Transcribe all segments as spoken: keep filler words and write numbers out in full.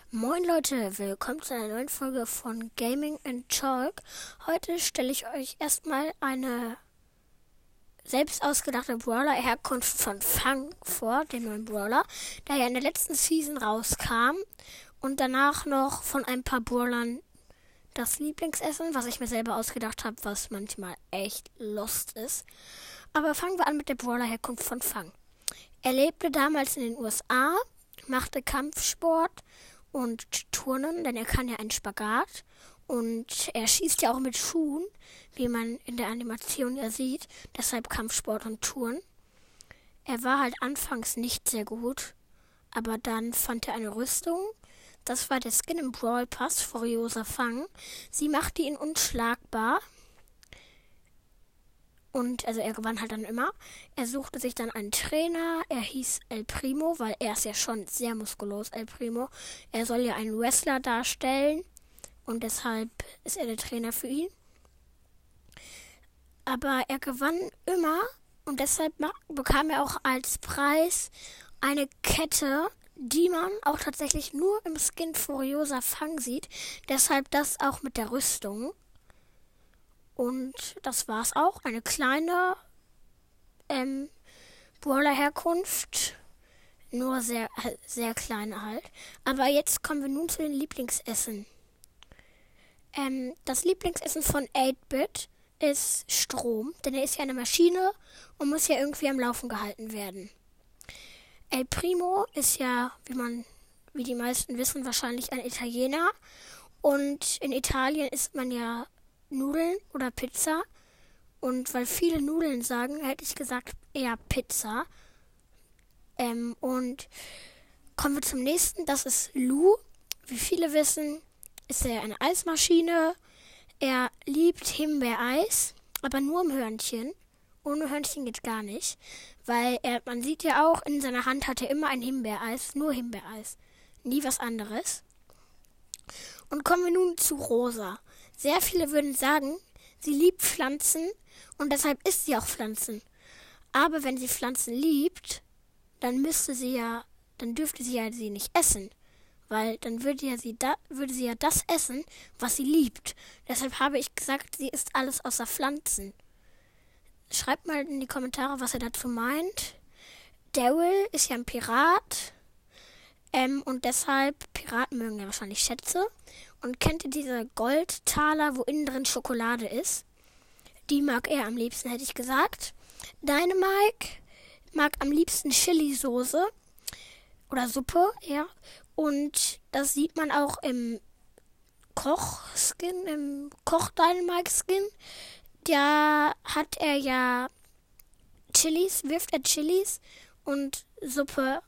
Moin Leute, willkommen zu einer neuen Folge von Gaming and Talk. Heute stelle ich euch erstmal eine selbst ausgedachte Brawler-Herkunft von Fang vor, dem neuen Brawler, der ja in der letzten Season rauskam und danach noch von ein paar Brawlern das Lieblingsessen, was ich mir selber ausgedacht habe, was manchmal echt lost ist. Aber fangen wir an mit der Brawler-Herkunft von Fang. Er lebte damals in den U S A, machte Kampfsport und Turnen, denn er kann ja einen Spagat und er schießt ja auch mit Schuhen, wie man in der Animation ja sieht, deshalb Kampfsport und Turnen. Er war halt anfangs nicht sehr gut, aber dann fand er eine Rüstung. Das war der Skin im Brawl Pass, Furiosa Fang. Sie machte ihn unschlagbar. Und also er gewann halt dann immer. Er suchte sich dann einen Trainer. Er hieß El Primo, weil er ist ja schon sehr muskulös, El Primo. Er soll ja einen Wrestler darstellen. Und deshalb ist er der Trainer für ihn. Aber er gewann immer. Und deshalb bekam er auch als Preis eine Kette, die man auch tatsächlich nur im Skin Furiosa Fang sieht. Deshalb das auch mit der Rüstung. Und das war's auch. Eine kleine ähm, Brawler-Herkunft. Nur sehr, sehr kleine halt. Aber jetzt kommen wir nun zu den Lieblingsessen. Ähm, das Lieblingsessen von acht-Bit ist Strom. Denn er ist ja eine Maschine und muss ja irgendwie am Laufen gehalten werden. El Primo ist ja, wie man, wie die meisten wissen, wahrscheinlich ein Italiener. Und in Italien isst man ja Nudeln oder Pizza. Und weil viele Nudeln sagen, hätte ich gesagt eher Pizza. Ähm, und kommen wir zum nächsten. Das ist Lou. Wie viele wissen, ist er eine Eismaschine. Er liebt Himbeereis, aber nur im Hörnchen. Ohne Hörnchen geht gar nicht. Weil er, man sieht ja auch, in seiner Hand hat er immer ein Himbeereis. Nur Himbeereis. Nie was anderes. Und kommen wir nun zu Rosa. Sehr viele würden sagen, sie liebt Pflanzen und deshalb isst sie auch Pflanzen. Aber wenn sie Pflanzen liebt, dann müsste sie ja, dann dürfte sie ja sie nicht essen. Weil dann würde, ja sie da, würde sie ja das essen, was sie liebt. Deshalb habe ich gesagt, sie isst alles außer Pflanzen. Schreibt mal in die Kommentare, was ihr dazu meint. Daryl ist ja ein Pirat. Ähm, und deshalb, Piraten mögen ja wahrscheinlich Schätze. Und kennt ihr diese Goldtaler, wo innen drin Schokolade ist? Die mag er am liebsten, hätte ich gesagt. Dynamike mag am liebsten Chili-Soße. Oder Suppe, ja. Und das sieht man auch im Koch-Skin, im Koch-Dynamike-Skin. Da hat er ja Chilis, wirft er Chilis und Suppe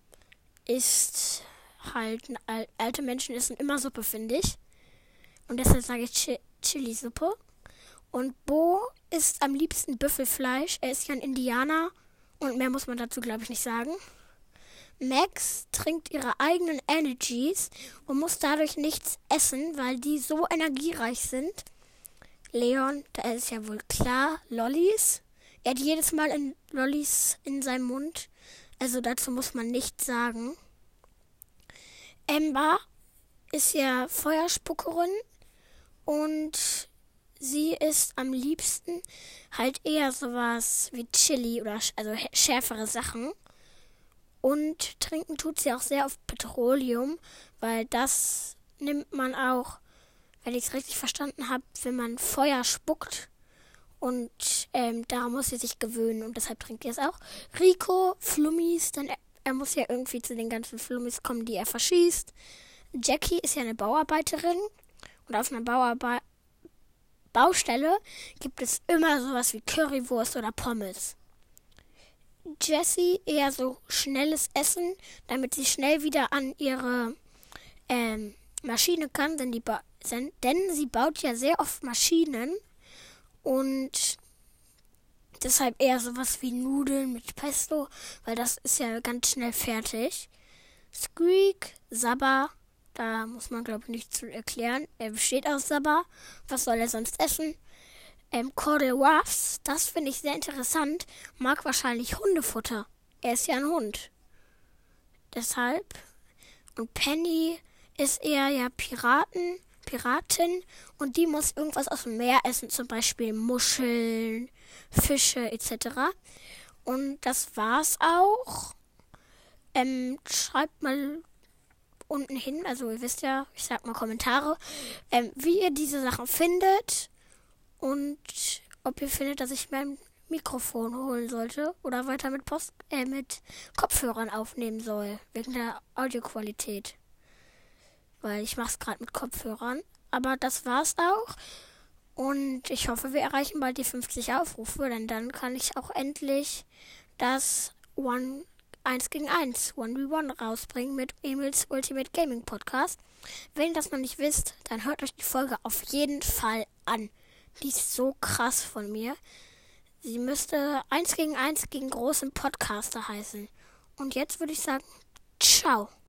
ist halt, alte Menschen essen immer Suppe, finde ich. Und deshalb sage ich Ch- Chili-Suppe. Und Bo isst am liebsten Büffelfleisch. Er ist ja ein Indianer. Und mehr muss man dazu, glaube ich, nicht sagen. Max trinkt ihre eigenen Energies und muss dadurch nichts essen, weil die so energiereich sind. Leon, da ist ja wohl klar, Lollis. Er hat jedes Mal in Lollis in seinem Mund. Also dazu muss man nichts sagen. Amber ist ja Feuerspuckerin und sie isst am liebsten halt eher sowas wie Chili oder also schärfere Sachen. Und trinken tut sie auch sehr auf Petroleum, weil das nimmt man auch, wenn ich es richtig verstanden habe, wenn man Feuer spuckt. Und ähm, daran muss sie sich gewöhnen und deshalb trinkt sie es auch. Rico, Flummis, denn er, er muss ja irgendwie zu den ganzen Flummis kommen, die er verschießt. Jackie ist ja eine Bauarbeiterin und auf einer Bauarbe- Baustelle gibt es immer sowas wie Currywurst oder Pommes. Jessie eher so schnelles Essen, damit sie schnell wieder an ihre ähm, Maschine kann, denn, die ba- denn sie baut ja sehr oft Maschinen. Und deshalb eher sowas wie Nudeln mit Pesto, weil das ist ja ganz schnell fertig. Squeak, Sabber, da muss man glaube ich nichts zu erklären. Er besteht aus Sabber. Was soll er sonst essen? Ähm, Cordell Ruffs, das finde ich sehr interessant, mag wahrscheinlich Hundefutter. Er ist ja ein Hund. Deshalb. Und Penny ist eher ja Piraten, Piratin und die muss irgendwas aus dem Meer essen, zum Beispiel Muscheln, Fische et cetera. Und das war's auch. Ähm, schreibt mal unten hin, also ihr wisst ja, ich sag mal Kommentare, ähm, wie ihr diese Sachen findet und ob ihr findet, dass ich mein Mikrofon holen sollte oder weiter mit Post, äh, mit Kopfhörern aufnehmen soll, wegen der Audioqualität. Weil ich mache es gerade mit Kopfhörern. Aber das war's auch. Und ich hoffe, wir erreichen bald die fünfzig Aufrufe, denn dann kann ich auch endlich das One eins gegen eins, eins gegen eins rausbringen mit Emils Ultimate Gaming Podcast. Wenn ihr das noch nicht wisst, dann hört euch die Folge auf jeden Fall an. Die ist so krass von mir. Sie müsste eins gegen eins gegen großen Podcaster heißen. Und jetzt würde ich sagen, ciao.